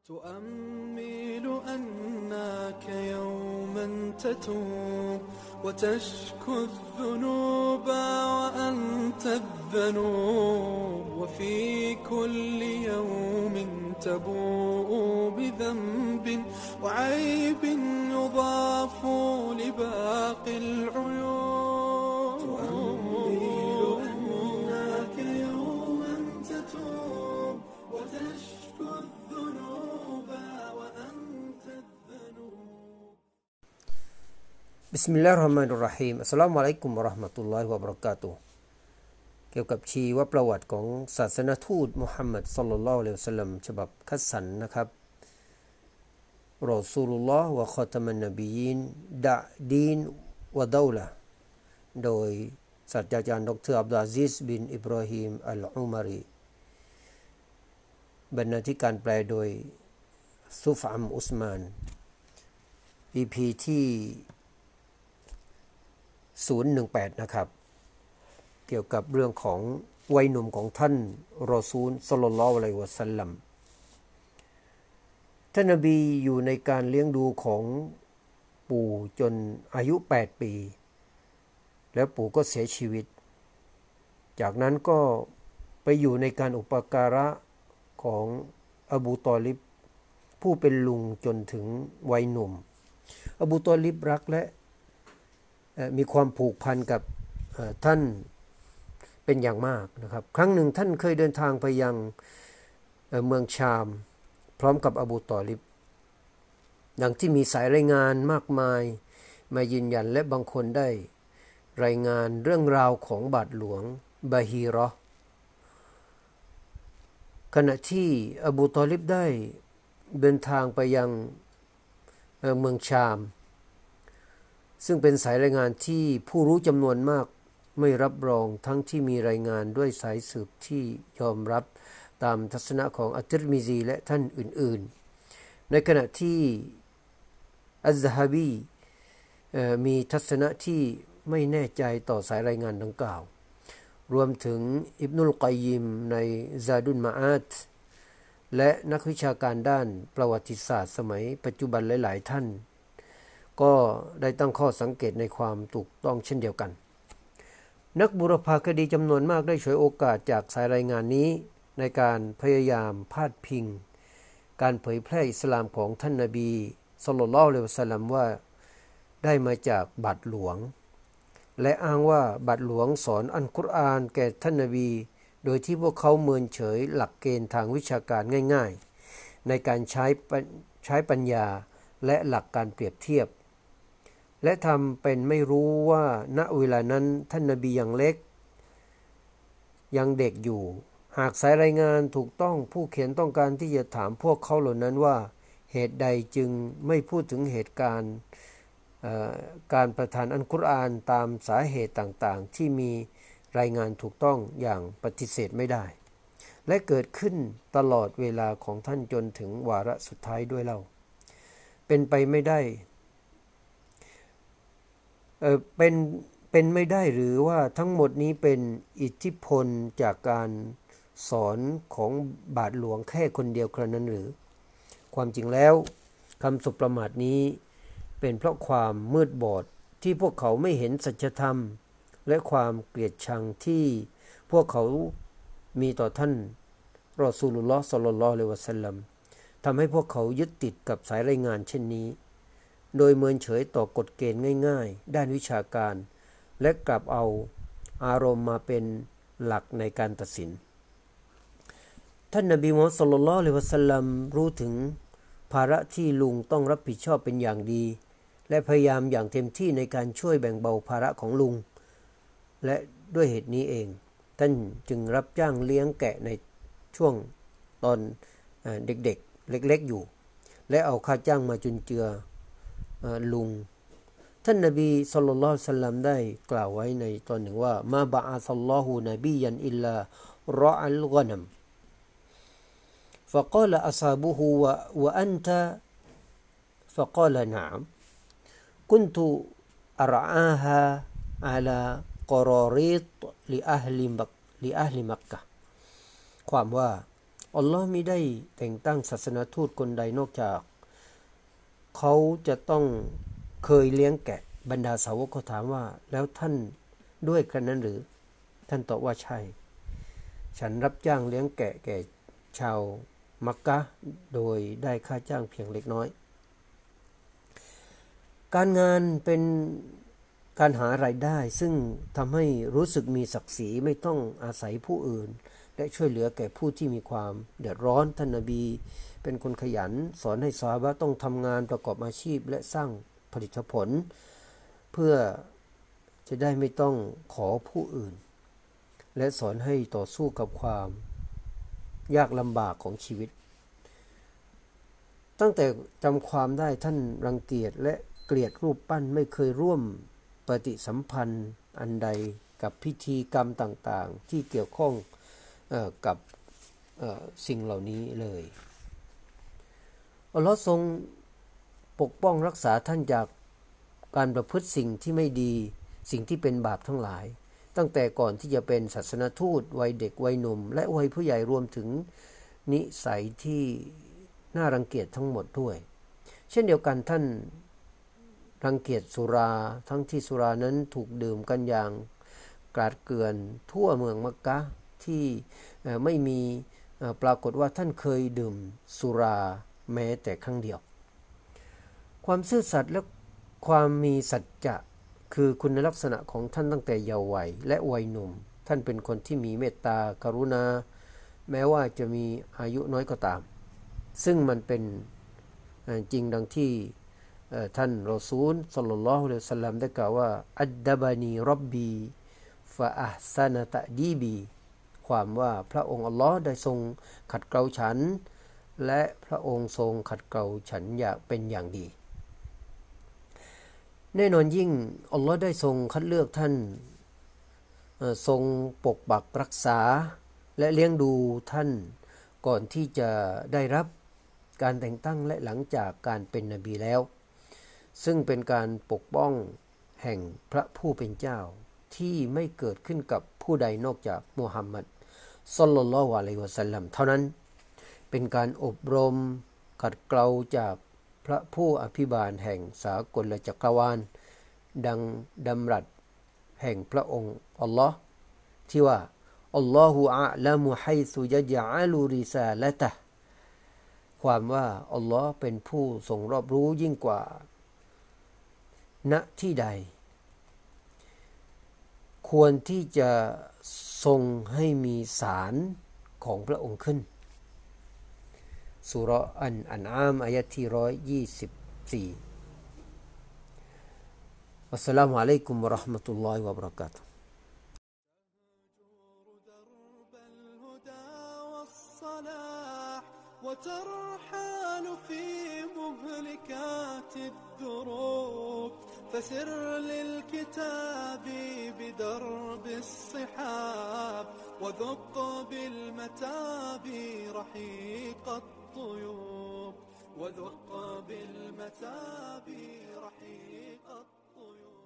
تؤمل أنك يوما تتوب وتشكو الذنوب وأنت الذنوب وفي كل يوم تبوء بذنب وعيب يضاف لباقي العيوب تؤمل أنك يوما تتوب وتشكو الذنوب وأنت الذنوب بسم الله الرحمن الرحيم อัสสลามุอะลัยกุมวะเราะห์มะตุลลอฮิวะบะเราะกาตุฮ์เกี่ยวกับชีวประวัติของศาสนทูตมุฮัมมัดศ็อลลัลลอฮุอะลัยฮิวะซัลลัมฉบับคัดสรรนะครับรอซูลุลลอฮ์วะคอตามันนบียีนดะดีนวะดอละห์โดยศาสตราจารย์ดร.อับดุลอาซิซบินอิบรอฮีมอัลอุมารีบรรณาธิการแปลโดยซุฟอัมอุสมาน EP ที่018นะครับเกี่ยวกับเรื่องของวัยหนุ่มของท่านรอซูลศ็อลลัลลอฮุอะลัยฮิวะซัลลัมท่านนบีอยู่ในการเลี้ยงดูของปู่จนอายุ8ปีแล้วปู่ก็เสียชีวิตจากนั้นก็ไปอยู่ในการอุปการะของอบูตอลิบผู้เป็นลุงจนถึงวัยหนุ่มอบูตอลิบรักและมีความผูกพันกับท่านเป็นอย่างมากนะครับครั้งหนึ่งท่านเคยเดินทางไปยังเมืองชามพร้อมกับอบูตอลิบดังที่มีสายรายงานมากมายมายืนยันและบางคนได้รายงานเรื่องราวของบาทหลวงบาฮีเราะห์ขณะที่อบูตอลิบได้เดินทางไปยังเมืองชามซึ่งเป็นสายรายงานที่ผู้รู้จำนวนมากไม่รับรองทั้งที่มีรายงานด้วยสายสืบที่ยอมรับตามทัศนะของอัตติรมิซีและท่านอื่นๆในขณะที่อัซซะฮะบีมีทัศนะที่ไม่แน่ใจต่อสายรายงานดังกล่าวรวมถึงอิบนุลกัยยิมในซาดุลมาอาดและนักวิชาการด้านประวัติศาสตร์สมัยปัจจุบันหลายๆท่านก็ได้ตั้งข้อสังเกตในความถูกต้องเช่นเดียวกันนักบุรพาคดีจำนวนมากได้ฉวยโอกาสจากสายรายงานนี้ในการพยายามพาดพิงการเผยแพร่อิสลามของท่านนบีศ็อลลัลลอฮุอะลัยฮิวะซัลลัมว่าได้มาจากบาทหลวงและอ้างว่าบาทหลวงสอนอัลกุรอานแก่ท่านนบีโดยที่พวกเขาเมินเฉยหลักเกณฑ์ทางวิชาการง่ายๆในการใช้ปัญญาและหลักการเปรียบเทียบและทำเป็นไม่รู้ว่าณเวลานั้นท่านนบียังเล็กยังเด็กอยู่หากสายรายงานถูกต้องผู้เขียนต้องการที่จะถามพวกเขาเหล่านั้นว่าเหตุใดจึงไม่พูดถึงเหตุการณ์การประทานอัลกุรอานตามสาเหตุต่างๆที่มีรายงานถูกต้องอย่างปฏิเสธไม่ได้และเกิดขึ้นตลอดเวลาของท่านจนถึงวาระสุดท้ายด้วยเล่าเป็นไปไม่ได้เป็นไม่ได้หรือว่าทั้งหมดนี้เป็นอิทธิพลจากการสอนของบาทหลวงแค่คนเดียวครั้งนั้นหรือความจริงแล้วคำสบประมาทนี้เป็นเพราะความมืดบอดที่พวกเขาไม่เห็นสัจธรรมและความเกลียดชังที่พวกเขามีต่อท่านรอซูลุลลอฮ์ศ็อลลัลลอฮุอะลัยฮิวะซัลลัมทำให้พวกเขายึดติดกับสายรายงานเช่นนี้โดยเมินเฉยต่อกฎเกณฑ์ง่ายๆด้านวิชาการและกลับเอาอารมณ์มาเป็นหลักในการตัดสินท่านนบีมุฮัมมัดศ็อลลัลลอฮุอะลัยฮิวะซัลลัมรู้ถึงภาระที่ลุงต้องรับผิดชอบเป็นอย่างดีและพยายามอย่างเต็มที่ในการช่วยแบ่งเบาภาระของลุงและด้วยเหตุนี้เองท่านจึงรับจ้างเลี้ยงแกะในช่วงตอนเด็กๆเล็กๆอยู่และเอาค่าจ้างมาจุนเจือลุงท่านนบีศ็อลลัลลอฮุอะลัยฮิวะซัลลัมได้กล่าวไว้ในตอนหนึ่งว่ามาบะอะซัลลอฮุนบียันอิลลารออัลฆอนัมفقال أصحابه وأنت فقال نعم كنت أرعاها على قراريط لأهل مكة ความว่าอัลลอฮ์มิได้แต่งตั้งศาสนทูตคนใดนอกจากเขาจะต้องเคยเลี้ยงแกะบรรดาสาวกเขาถามว่าแล้วท่านด้วยกันนั้นหรือท่านตอบว่าใช่ฉันรับจ้างเลี้ยงแกะแก่ชาวมักกะฮ์โดยได้ค่าจ้างเพียงเล็กน้อยการงานเป็นการหารายได้ซึ่งทำให้รู้สึกมีศักดิ์ศรีไม่ต้องอาศัยผู้อื่นและช่วยเหลือแก่ผู้ที่มีความเดือดร้อนท่านนบีเป็นคนขยันสอนให้ซอฮาบะห์ต้องทำงานประกอบอาชีพและสร้างผลิตผลเพื่อจะได้ไม่ต้องขอผู้อื่นและสอนให้ต่อสู้กับความยากลำบากของชีวิตตั้งแต่จำความได้ท่านรังเกียจและเกลียดรูปปั้นไม่เคยร่วมปฏิสัมพันธ์อันใดกับพิธีกรรมต่างๆที่เกี่ยวข้องกับสิ่งเหล่านี้เลยอัลเลาะห์ทรงปกป้องรักษาท่านจากการประพฤติสิ่งที่ไม่ดีสิ่งที่เป็นบาปทั้งหลายตั้งแต่ก่อนที่จะเป็นศาสนทูตวัยเด็กวัยหนุ่มและวัยผู้ใหญ่รวมถึงนิสัยที่น่ารังเกียจทั้งหมดด้วยเช่นเดียวกันท่านรังเกียจสุราทั้งที่สุรานั้นถูกดื่มกันอย่างกราดเกลื่อนทั่วเมืองมักกะฮ์ที่ไม่มีปรากฏว่าท่านเคยดื่มสุราแม้แต่ครั้งเดียวความซื่อสัตย์และความมีสัจจะคือคุณลักษณะของท่านตั้งแต่เยาว์วัยและวัยหนุ่มท่านเป็นคนที่มีเมตตากรุณาแม้ว่าจะมีอายุน้อยก็ตามซึ่งมันเป็นจริงดังที่ท่านรอซูลศ็อลลัลลอฮุอะลัยฮิวะซัลลัมได้กล่าวว่าอัดดะบานีร็อบบีฟะอะห์ซะนะตะดีบีความว่าพระองค์อัลลอฮ์ได้ทรงขัดเกลาฉันและพระองค์ทรงขัดเกลาฉันอย่างเป็นอย่างดีแน่นอนยิ่งอัลลอฮ์ได้ทรงคัดเลือกท่านทรงปกปักรักษาและเลี้ยงดูท่านก่อนที่จะได้รับการแต่งตั้งและหลังจากการเป็นนบีแล้วซึ่งเป็นการปกป้องแห่งพระผู้เป็นเจ้าที่ไม่เกิดขึ้นกับผู้ใดนอกจากมุฮัมมัดศ็อลลัลลอฮุอะลัยฮิวะซัลลัมเท่านั้นเป็นการอบรมขัดเกลาจากพระผู้อภิบาลแห่งสากลจักรวาลดังดำรัสแห่งพระองค์อัลลอฮ์ที่ว่าอัลลอฮุอะละมุฮัยซุยะญะอะลูริซาละตะฮ์ความว่าอัลลอฮ์เป็นผู้ทรงรอบรู้ยิ่งกว่าณที่ใดควรที่จะทรงให้มีศาลของพระองค์ขึ้นซูเราะห์อันอามอายะห์ที่124วัสสลามุอะลัยกุมวะเราะห์มะตุลลอฮิวะบะเราะกาตุฮ์ وترحال في مهلكات الدروب فسر للكتاب بدرب الصحاب وذق بالمتاب رحيق الطيوب وذق بالمتاب رحيق الطيوب